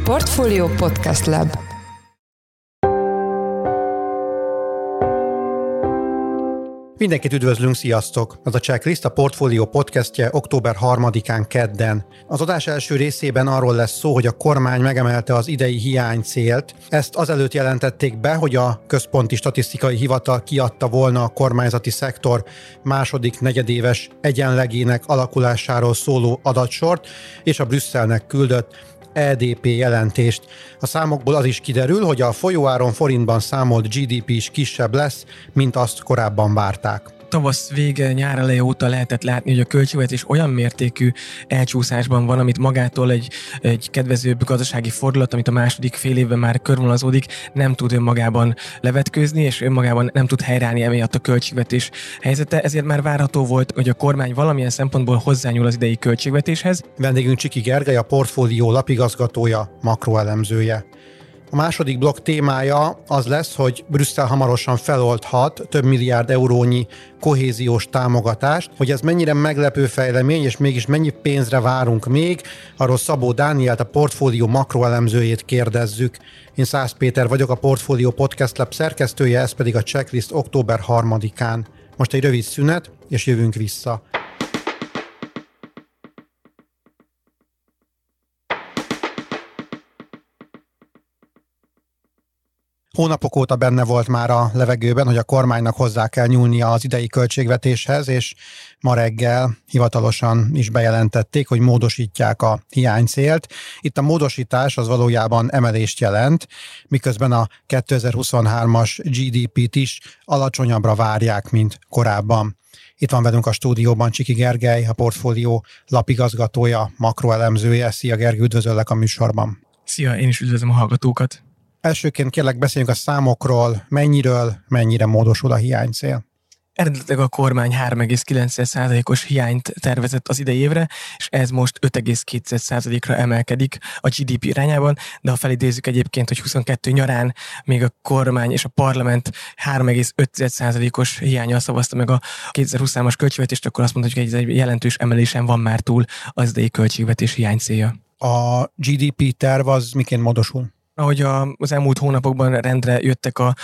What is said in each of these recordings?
Portfolio Podcast Lab. Mindenkit üdvözlünk, sziasztok! Az a Checklist, a Portfolio podcastje október 3-án kedden. Az adás első részében arról lesz szó, hogy a kormány megemelte az idei hiánycélt. Ezt azelőtt jelentették be, hogy a Központi Statisztikai Hivatal kiadta volna a kormányzati szektor második negyedéves egyenlegének alakulásáról szóló adatsort, és a Brüsszelnek küldött EDP jelentést. A számokból az is kiderül, hogy a folyóáron forintban számolt GDP is kisebb lesz, mint azt korábban várták. Tavasz vége, nyár eleje óta lehetett látni, hogy a költségvetés olyan mértékű elcsúszásban van, amit magától egy kedvezőbb gazdasági fordulat, amit a második fél évben már körvonalazódik, nem tud önmagában levetkőzni, és önmagában nem tud helyreállni emiatt a költségvetés helyzete. Ezért már várható volt, hogy a kormány valamilyen szempontból hozzányúl az idei költségvetéshez. Vendégünk Csiki Gergely, a Portfolio lapigazgatója, makroelemzője. A második blokk témája az lesz, hogy Brüsszel hamarosan feloldhat több milliárd eurónyi kohéziós támogatást. Hogy ez mennyire meglepő fejlemény, és mégis mennyi pénzre várunk még, arról Szabó Dánielt, a Portfolio makroelemzőjét kérdezzük. Én Szász Péter vagyok, a Portfolio Podcast Lab szerkesztője, ez pedig a Checklist október 3-án. Most egy rövid szünet, és jövünk vissza. Hónapok óta benne volt már a levegőben, hogy a kormánynak hozzá kell nyúlnia az idei költségvetéshez, és ma reggel hivatalosan is bejelentették, hogy módosítják a hiánycélt. Itt a módosítás az valójában emelést jelent, miközben a 2023-as GDP-t is alacsonyabbra várják, mint korábban. Itt van velünk a stúdióban Csiki Gergely, a Portfolio lapigazgatója, makroelemzője. Szia Gergely, üdvözöllek a műsorban. Szia, én is üdvözlöm a hallgatókat. Elsőként kérlek beszéljünk a számokról, mennyire módosul a hiánycél. Eredetileg a kormány 3,9%-os hiányt tervezett az idei évre, és ez most 5,2%-ra emelkedik a GDP irányában, de ha felidézzük egyébként, hogy 22 nyarán még a kormány és a parlament 3,5%-os hiánnyal szavazta meg a 2023-as költségvetést, akkor azt mondhatjuk, hogy ez egy jelentős emelésen van már túl az idei költségvetés hiánycélja. A GDP terv az miként módosul? Ahogy az elmúlt hónapokban rendre jöttek a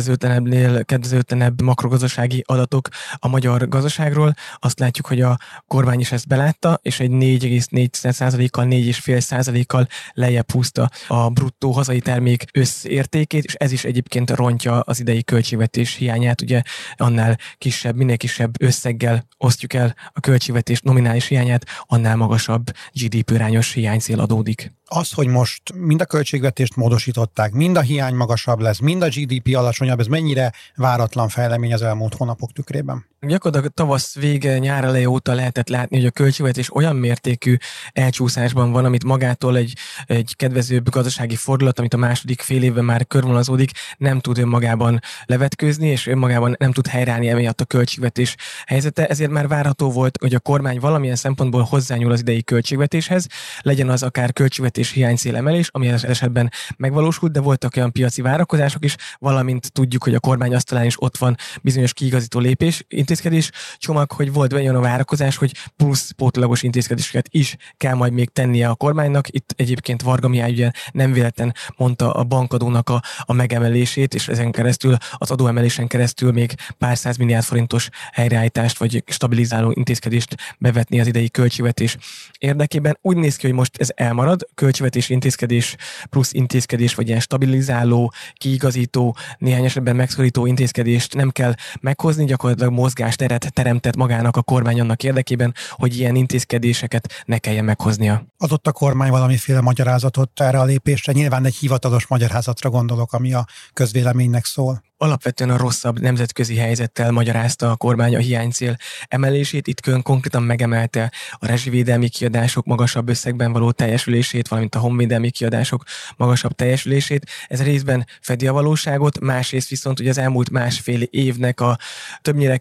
kedvezőtlenebb makrogazdasági adatok a magyar gazdaságról, azt látjuk, hogy a kormány is ezt belátta, és egy 4,4%-kal, 4,5%-kal lejjebb húzta a bruttó hazai termék összértékét, és ez is egyébként rontja az idei költségvetés hiányát. Ugye annál minél kisebb összeggel osztjuk el a költségvetés nominális hiányát, annál magasabb GDP-arányos hiánycél adódik. Az, hogy most mind a költségvetést módosították, mind a hiány magasabb lesz, mind a GDP alacsonyabb, ez mennyire váratlan fejlemény az elmúlt hónapok tükrében? Gyakorlatilag tavasz vége, nyár eleje óta lehetett látni, hogy a költségvetés olyan mértékű elcsúszásban van, amit magától egy kedvezőbb gazdasági fordulat, amit a második fél évben már körvonalazódik, nem tud önmagában levetkőzni, és önmagában nem tud helyreállni emiatt a költségvetés helyzete. Ezért már várható volt, hogy a kormány valamilyen szempontból hozzányúl az idei költségvetéshez, legyen az akár költségvetés hiánycél emelés, ami az esetben megvalósult, de voltak olyan piaci várakozások is, valamint tudjuk, hogy a kormány asztalán is ott van bizonyos kiigazító intézkedés csomag, hogy volt olyan a várakozás, hogy plusz pótlagos intézkedéseket is kell majd még tennie a kormánynak. Itt egyébként Varga Mihály ugye nem véletlen mondta a bankadónak a megemelését, és ezen keresztül, az adóemelésen keresztül még pár 100 milliárd forintos helyreállítást vagy stabilizáló intézkedést bevetni az idei költségvetés érdekében. Úgy néz ki, hogy most ez elmarad, költségvetés intézkedés plusz intézkedés, vagy ilyen stabilizáló, kiigazító, néhány esetben megszorító intézkedést nem kell meghozni, gyakorlatilag mozgásteret teremtett magának a kormány annak érdekében, hogy ilyen intézkedéseket ne kelljen meghoznia. Adott a kormány valamiféle magyarázatot erre a lépésre? Nyilván egy hivatalos magyarázatra gondolok, ami a közvéleménynek szól. Alapvetően a rosszabb nemzetközi helyzettel magyarázta a kormány a hiánycél emelését. Itt konkrétan megemelte a rezsivédelmi kiadások magasabb összegben való teljesülését, valamint a honvédelmi kiadások magasabb teljesülését. Ez részben fedi a valóságot, másrészt viszont ugye az elmúlt másfél évnek a többnyire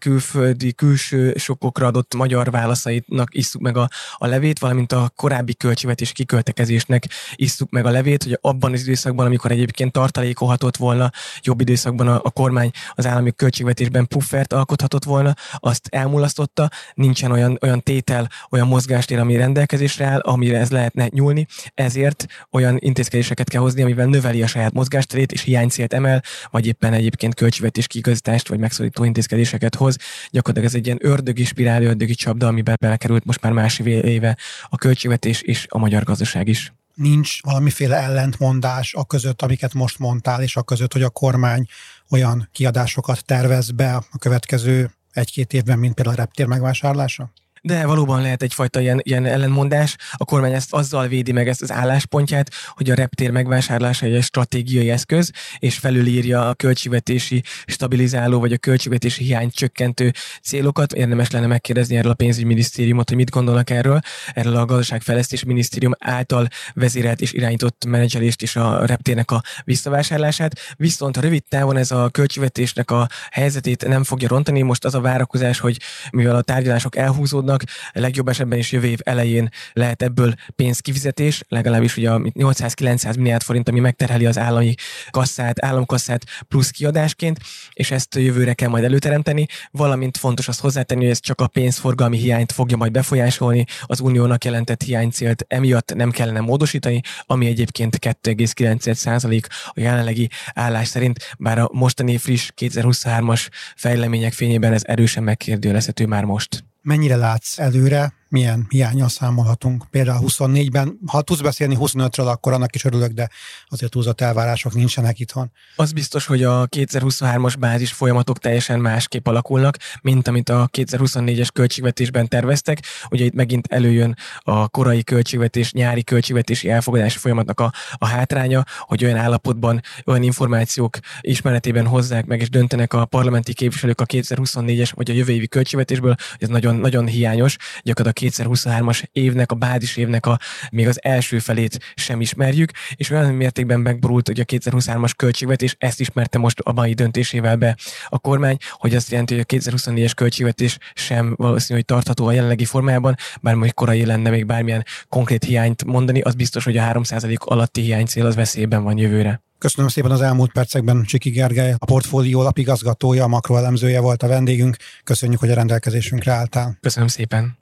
külső sokkokra adott magyar válaszaitnak isszuk meg a levét, valamint a korábbi költségvetési kiköltekezésnek isszuk meg a levét, hogy abban az időszakban, amikor egyébként tartalékolhatott volna, jobb időszakban a kormány az állami költségvetésben puffert alkothatott volna, azt elmulasztotta, nincsen olyan tétel, olyan mozgástér, ami rendelkezésre áll, amire ez lehetne nyúlni. ezért olyan intézkedéseket kell hozni, amivel növeli a saját mozgásterét és hiánycélt emel, vagy éppen egyébként költségvetés kiigazítást vagy megszorító intézkedéseket hoz. Gyakorlatilag ez egy ilyen ördögi spirál, ördögi csapda, amiben belekerült most már másfél éve a költségvetés és a magyar gazdaság is. Nincs valamiféle ellentmondás a között, amiket most mondtál, és a között, hogy a kormány olyan kiadásokat tervez be a következő 1-2 évben, mint például a reptér megvásárlása? De valóban lehet egyfajta ilyen ellenmondás. A kormány ezt azzal védi meg ezt az álláspontját, hogy a reptér megvásárlása egy stratégiai eszköz, és felülírja a költségvetési stabilizáló, vagy a költségvetési hiányt csökkentő célokat. Érdemes lenne megkérdezni erről a pénzügyminisztériumot, hogy mit gondolnak erről a gazdaságfejlesztési minisztérium által vezérelt és irányított menedzselést és a reptérnek a visszavásárlását. Viszont a rövid távon ez a költségvetésnek a helyzetét nem fogja rontani. Most az a várakozás, hogy mivel a tárgyalások elhúzódnak, legjobb esetben is jövő év elején lehet ebből pénzkifizetés, legalábbis ugye a 800-900 milliárd forint, ami megterheli az államkasszát plusz kiadásként, és ezt jövőre kell majd előteremteni, valamint fontos azt hozzátenni, hogy ez csak a pénzforgalmi hiányt fogja majd befolyásolni, az uniónak jelentett hiánycélt emiatt nem kellene módosítani, ami egyébként 2,9% a jelenlegi állás szerint, bár a mostani friss 2023-as fejlemények fényében ez erősen megkérdőjelezhető már most. Mennyire látsz előre, milyen hiánnyal számolhatunk? Például 24-ben, ha tudsz beszélni 25-ről, akkor annak is örülök, de azért túlzott elvárások nincsenek itthon. Az biztos, hogy a 2023-as bázis folyamatok teljesen másképp alakulnak, mint amit a 2024-es költségvetésben terveztek. Ugye itt megint előjön a korai költségvetés, nyári költségvetési elfogadási folyamatnak a hátránya, hogy olyan állapotban, olyan információk ismeretében hozzák meg és döntenek a parlamenti képviselők a 2024-es vagy a jövő évi költségvetésből, hogy ez nagyon, nagyon hiányos. Gyakorlatilag a 2023-as évnek, a bázis évnek még az első felét sem ismerjük, és olyan mértékben megborult, hogy a 2023-as költségvetés ezt ismerte most a mai döntésével be a kormány, hogy azt jelenti, hogy a 2024-es költségvetés sem valószínű, hogy tartható a jelenlegi formájában, bár mondjuk korai lenne még bármilyen konkrét hiányt mondani, az biztos, hogy a 3% alatti hiánycél az veszélyben van jövőre. Köszönöm szépen az elmúlt percekben. Csiki Gergely, a Portfólió lapigazgatója, a makroelemzője volt a vendégünk. Köszönjük, hogy a rendelkezésünkre álltál. Köszönöm szépen.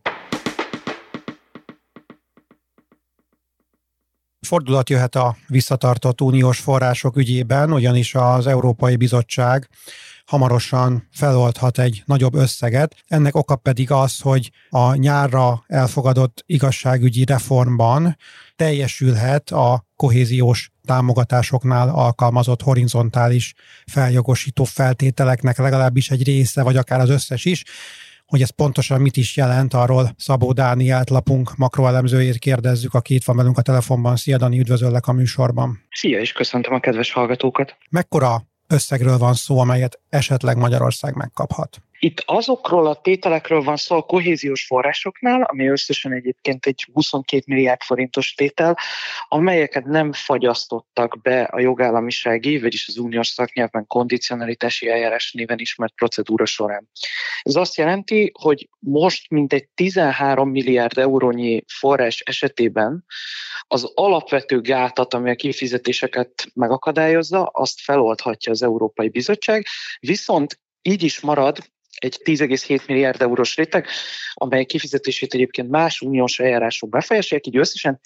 Fordulat jöhet a visszatartott uniós források ügyében, ugyanis az Európai Bizottság hamarosan feloldhat egy nagyobb összeget. Ennek oka pedig az, hogy a nyárra elfogadott igazságügyi reformban teljesülhet a kohéziós támogatásoknál alkalmazott horizontális feljogosító feltételeknek legalábbis egy része, vagy akár az összes is. Hogy ez pontosan mit is jelent, arról Szabó Dánielt, lapunk makroelemzőjét kérdezzük, aki itt van velünk a telefonban. Szia Dani, üdvözöllek a műsorban. Szia, és köszöntöm a kedves hallgatókat. Mekkora összegről van szó, amelyet esetleg Magyarország megkaphat? Itt azokról a tételekről van szó a kohéziós forrásoknál, ami összesen egyébként egy 22 milliárd forintos tétel, amelyeket nem fagyasztottak be a jogállamisági, vagyis az uniós szaknyelvben kondicionalitási eljárás néven ismert procedúra során. Ez azt jelenti, hogy most mintegy 13 milliárd eurónyi forrás esetében az alapvető gátat, ami a kifizetéseket megakadályozza, azt feloldhatja az Európai Bizottság, viszont így is marad egy 10,7 milliárd eurós réteg, amely kifizetését egyébként más uniós eljárások befolyásolják, így összesen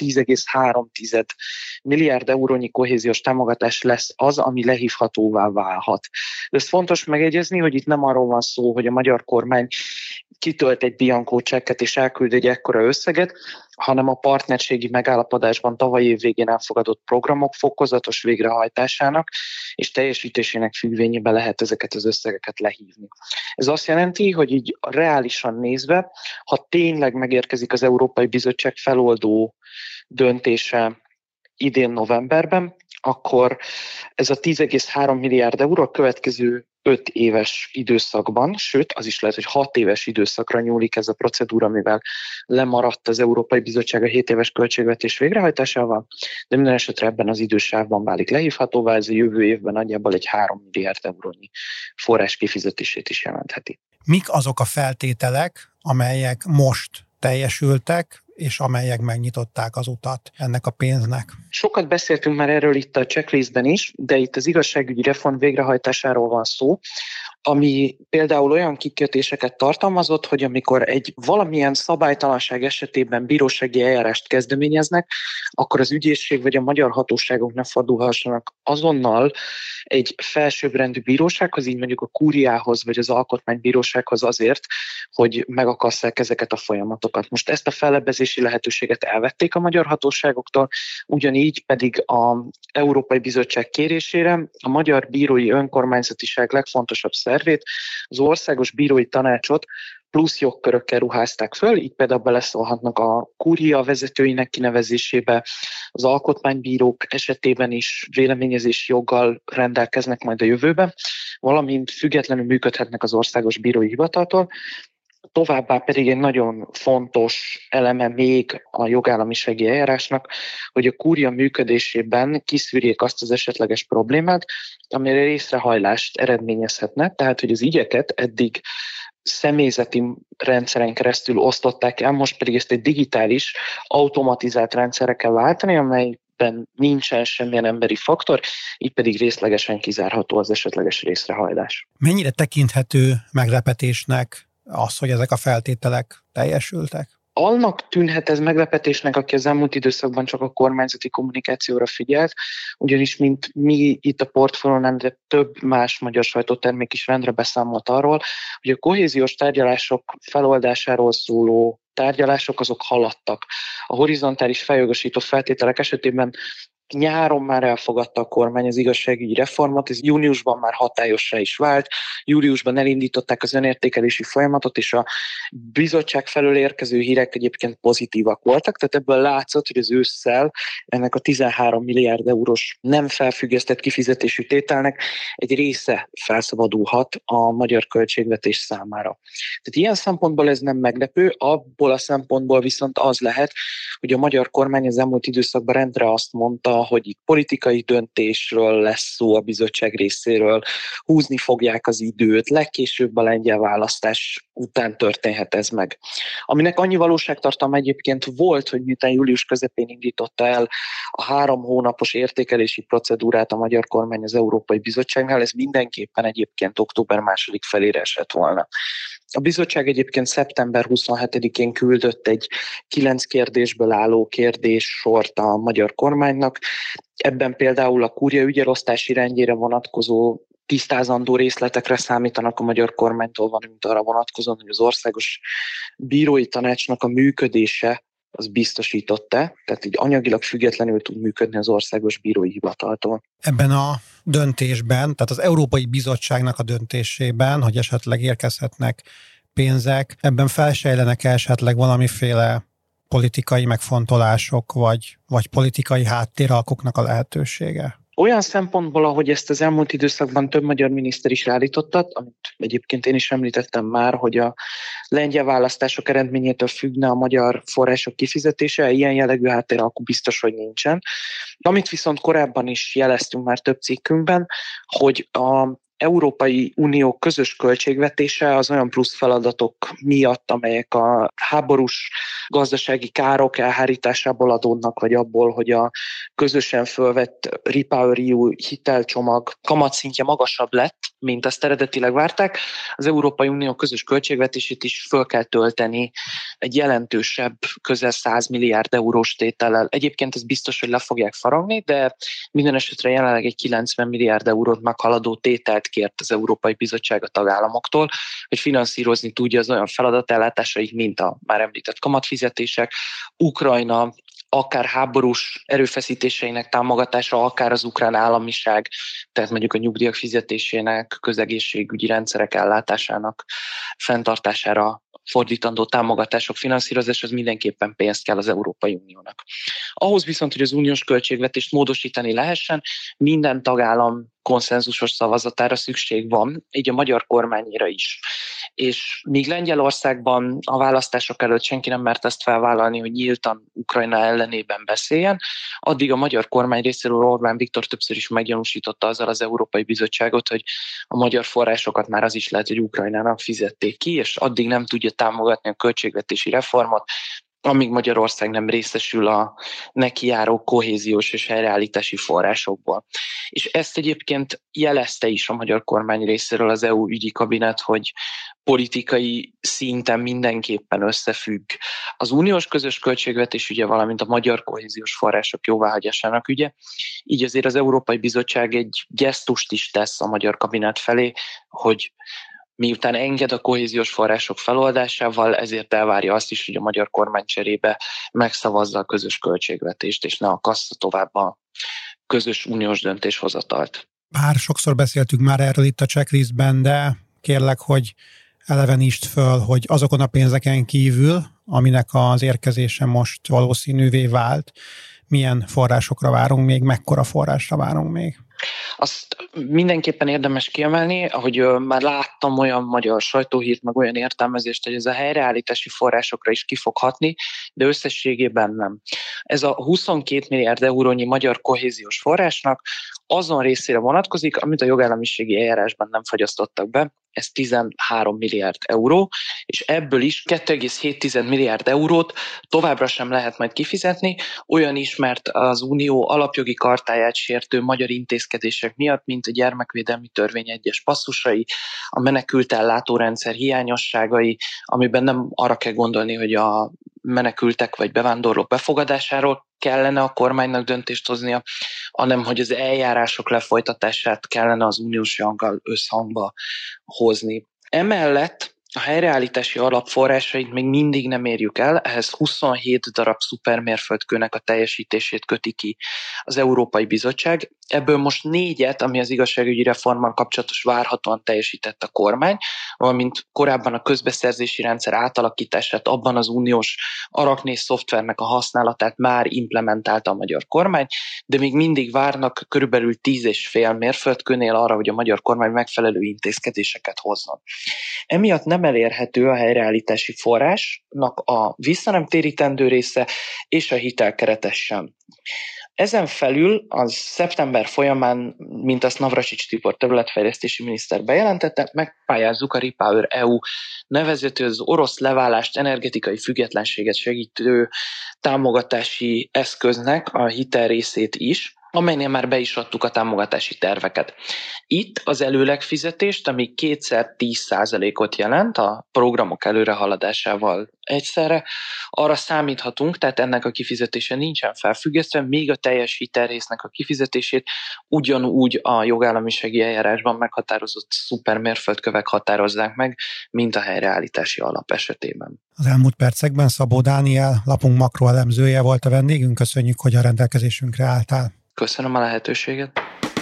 10,3 milliárd eurónyi kohéziós támogatás lesz az, ami lehívhatóvá válhat. De ez fontos megjegyezni, hogy itt nem arról van szó, hogy a magyar kormány kitölt egy bianco csekket és elküld egy ekkora összeget, hanem a partnerségi megállapodásban tavaly év végén elfogadott programok fokozatos végrehajtásának és teljesítésének függvényében lehet ezeket az összegeket lehívni. Ez azt jelenti, hogy így reálisan nézve, ha tényleg megérkezik az Európai Bizottság feloldó döntése idén novemberben, akkor ez a 10,3 milliárd euró a következő 5 éves időszakban, sőt, az is lehet, hogy 6 éves időszakra nyúlik ez a procedúra, mivel lemaradt az Európai Bizottság a 7 éves költségvetés végrehajtásával, de minden esetre ebben az idősávban válik lehívhatóvá, ez a jövő évben nagyjából egy 3 milliárd eurónyi forrás kifizetését is jelentheti. Mik azok a feltételek, amelyek most teljesültek, és amelyek megnyitották az utat ennek a pénznek. Sokat beszéltünk már erről itt a checklistben is, de itt az igazságügyi reform végrehajtásáról van szó, ami például olyan kikötéseket tartalmazott, hogy amikor egy valamilyen szabálytalanság esetében bírósági eljárást kezdeményeznek, akkor az ügyészség vagy a magyar hatóságok ne fordulhassanak azonnal egy felsőbbrendű bírósághoz, így mondjuk a kúriához vagy az alkotmánybírósághoz azért, hogy megakasszák ezeket a folyamatokat. Most ezt a fellebbezési lehetőséget elvették a magyar hatóságoktól, ugyanígy pedig az Európai Bizottság kérésére a Magyar Bírói Önkormányzatiság legfontosabb szervét, az Országos Bírói Tanácsot plusz jogkörökkel ruházták föl, így például beleszólhatnak a kúria vezetőinek kinevezésébe, az alkotmánybírók esetében is véleményezési joggal rendelkeznek majd a jövőben, valamint függetlenül működhetnek az Országos Bírói Hivataltól. Továbbá pedig egy nagyon fontos eleme még a jogállamisági eljárásnak, hogy a kúria működésében kiszűrjék azt az esetleges problémát, amire részrehajlást eredményezhetne, tehát hogy az ügyeket eddig személyzeti rendszeren keresztül osztották el, most pedig ezt egy digitális, automatizált rendszerre kell váltani, amelyben nincsen semmilyen emberi faktor, így pedig részlegesen kizárható az esetleges részrehajlás. Mennyire tekinthető meglepetésnek az, hogy ezek a feltételek teljesültek? Annak tűnhet ez meglepetésnek, aki az elmúlt időszakban csak a kormányzati kommunikációra figyelt, ugyanis mint mi itt a Portfóliónál, de több más magyar sajtótermék is rendre beszámolt arról, hogy a kohéziós tárgyalások feloldásáról szóló tárgyalások azok haladtak. A horizontális feljogosító feltételek esetében nyáron már elfogadta a kormány az igazságügyi reformot, ez júniusban már hatályossá is vált, júliusban elindították az önértékelési folyamatot, és a bizottság felől érkező hírek egyébként pozitívak voltak, tehát ebből látszott, hogy az ősszel ennek a 13 milliárd eurós nem felfüggesztett kifizetésű tételnek egy része felszabadulhat a magyar költségvetés számára. Tehát ilyen szempontból ez nem meglepő, abból a szempontból viszont az lehet, hogy a magyar kormány az elmúlt időszakban rendre azt mondta, hogy itt politikai döntésről lesz szó a bizottság részéről, húzni fogják az időt, legkésőbb a lengyel választás után történhet ez meg. Aminek annyi valóságtartalma egyébként volt, hogy miután július közepén indította el a 3 hónapos értékelési procedúrát a magyar kormány az Európai Bizottságnál, ez mindenképpen egyébként október 2. felére esett volna. A bizottság egyébként szeptember 27-én küldött egy 9 kérdésből álló kérdéssort a magyar kormánynak. Ebben például a kúria ügyelosztási rendjére vonatkozó tisztázandó részletekre számítanak a magyar kormánytól, valamint arra vonatkozóan, hogy az Országos Bírói Tanácsnak a működése az biztosított-e, tehát így anyagilag függetlenül tud működni az Országos Bírói Hivataltól. Ebben a döntésben, tehát az Európai Bizottságnak a döntésében, hogy esetleg érkezhetnek pénzek, ebben felsejlenek esetleg valamiféle politikai megfontolások, vagy politikai háttéralkoknak a lehetősége? Olyan szempontból, ahogy ezt az elmúlt időszakban több magyar miniszter is állítottat, amit egyébként én is említettem már, hogy a lengyel választások eredményétől függne a magyar források kifizetése, ilyen jellegű háttéralkú biztos, hogy nincsen. Amit viszont korábban is jeleztünk már több cikkünkben, hogy a Európai Unió közös költségvetése az olyan plusz feladatok miatt, amelyek a háborús gazdasági károk elhárításából adódnak, vagy abból, hogy a közösen fölvett REPowerEU hitelcsomag kamatszintje magasabb lett, mint azt eredetileg várták, az Európai Unió közös költségvetését is föl kell tölteni egy jelentősebb, közel 100 milliárd eurós tétellel. Egyébként ez biztos, hogy le fogják faragni, de minden esetre jelenleg egy 90 milliárd eurót meghaladó tételt kért az Európai Bizottság a tagállamoktól, hogy finanszírozni tudja az olyan feladatellátásait, mint a már említett kamatfizetések, Ukrajna, akár háborús erőfeszítéseinek támogatása, akár az ukrán államiság, tehát mondjuk a nyugdíjak fizetésének, közegészségügyi rendszerek ellátásának fenntartására fordítandó támogatások finanszírozása, az mindenképpen pénzt kell az Európai Uniónak. Ahhoz viszont, hogy az uniós költségvetést módosítani lehessen, minden tagállam konszenzusos szavazatára szükség van, így a magyar kormányra is. És míg Lengyelországban a választások előtt senki nem mert ezt felvállalni, hogy nyíltan Ukrajna ellenében beszéljen, addig a magyar kormány részéről Orbán Viktor többször is meggyanúsította azzal az Európai Bizottságot, hogy a magyar forrásokat már az is lehet, hogy Ukrajnának fizették ki, és addig nem tudja támogatni a költségvetési reformot, amíg Magyarország nem részesül a neki járó kohéziós és helyreállítási forrásokból. És ezt egyébként jelezte is a magyar kormány részéről az EU ügyi kabinet, hogy politikai szinten mindenképpen összefügg az uniós közös költségvetés ügye, valamint a magyar kohéziós források jóváhagyásának ügye. Így azért az Európai Bizottság egy gesztust is tesz a magyar kabinet felé, hogy miután enged a kohéziós források feloldásával, ezért elvárja azt is, hogy a magyar kormány cserébe megszavazza a közös költségvetést, és ne akassza tovább a közös uniós döntéshozatalt. Bár sokszor beszéltünk már erről itt a checklistben, de kérlek, hogy elevenítsd föl, hogy azokon a pénzeken kívül, aminek az érkezése most valószínűvé vált, milyen forrásokra várunk még, mekkora forrásra várunk még? Azt mindenképpen érdemes kiemelni, ahogy már láttam olyan magyar sajtóhírt, meg olyan értelmezést, hogy ez a helyreállítási forrásokra is ki fog hatni, de összességében nem. Ez a 22 milliárd eurónyi magyar kohéziós forrásnak azon részére vonatkozik, amit a jogállamisági eljárásban nem fagyasztottak be, ez 13 milliárd euró, és ebből is 2,7 milliárd eurót továbbra sem lehet majd kifizetni, olyan is, mert az Unió alapjogi chartáját sértő magyar intézkedések miatt, mint a gyermekvédelmi törvény egyes passzusai, a menekültellátórendszer hiányosságai, amiben nem arra kell gondolni, hogy a menekültek vagy bevándorlók befogadásáról kellene a kormánynak döntést hoznia, hanem hogy az eljárások lefolytatását kellene az uniós joggal összhangba hozni. Emellett a helyreállítási alapforrásait még mindig nem érjük el, ehhez 27 darab szupermérföldkőnek a teljesítését köti ki az Európai Bizottság. Ebből most 4-et, ami az igazságügyi reformmal kapcsolatos várhatóan teljesített a kormány, valamint korábban a közbeszerzési rendszer átalakítását, abban az uniós Arachné szoftvernek a használatát már implementálta a magyar kormány, de még mindig várnak körülbelül 10,5 mérföldkőnél arra, hogy a magyar kormány megfelelő intézkedéseket hozzon. Emiatt nem elérhető a helyreállítási forrásnak a visszanemtérítendő része és a hitelkeretes sem. Ezen felül az szeptember folyamán, mint azt Navracsics Tibor területfejlesztési miniszter bejelentette, megpályázzuk a REPower EU nevezetű az orosz leválást, energetikai függetlenséget segítő támogatási eszköznek a hitelrészét is, amelynél már be is adtuk a támogatási terveket. Itt az előlegfizetést, ami kétszer 10%-ot jelent a programok előrehaladásával egyszerre, arra számíthatunk, tehát ennek a kifizetése nincsen felfüggesztve, még a teljes hitelrésznek a kifizetését ugyanúgy a jogállamisági eljárásban meghatározott szupermérföldkövek határozzák meg, mint a helyreállítási alap esetében. Az elmúlt percekben Szabó Dániel, lapunk makroelemzője volt a vendégünk, köszönjük, hogy a rendelkezésünkre álltál. Köszönöm a lehetőséget.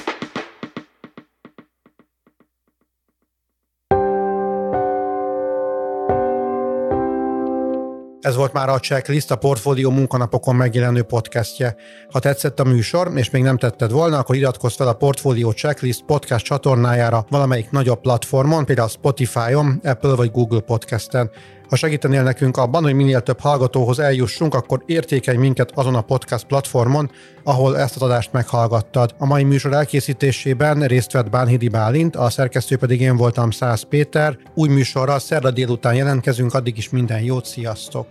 Ez volt már a Checklist, a Portfólió munkanapokon megjelenő podcastje. Ha tetszett a műsor, és még nem tetted volna, akkor iratkozz fel a Portfólió Checklist podcast csatornájára valamelyik nagyobb platformon, például Spotify-on, Apple vagy Google Podcasten. Ha segítenél nekünk abban, hogy minél több hallgatóhoz eljussunk, akkor értékelj minket azon a podcast platformon, ahol ezt az adást meghallgattad. A mai műsor elkészítésében részt vett Bánhidi Bálint, a szerkesztő pedig én voltam, Szász Péter. Új műsorral szerda délután jelentkezünk, addig is minden jót, sziasztok!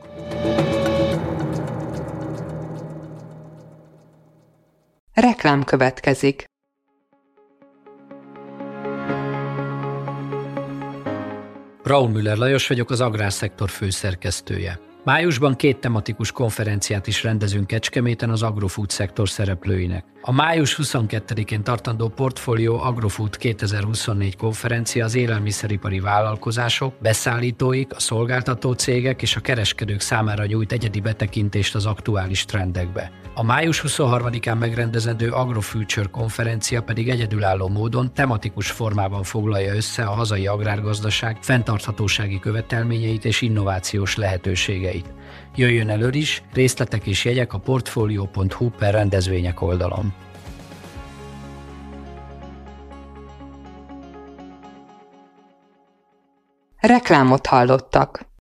Reklám következik. Braun Müller Lajos vagyok, az Agrárszektor főszerkesztője. Májusban 2 tematikus konferenciát is rendezünk Kecskeméten az agrofood szektor szereplőinek. A május 22-én tartandó Portfolio Agrofood 2024 konferencia az élelmiszeripari vállalkozások, beszállítóik, a szolgáltató cégek és a kereskedők számára nyújt egyedi betekintést az aktuális trendekbe. A május 23-án megrendezendő AgroFuture konferencia pedig egyedülálló módon tematikus formában foglalja össze a hazai agrárgazdaság fenntarthatósági követelményeit és innovációs lehetőségeit. Jöjjön elő is, részletek és jegyek a portfolio.hu/rendezvények oldalon. Reklámot hallottak.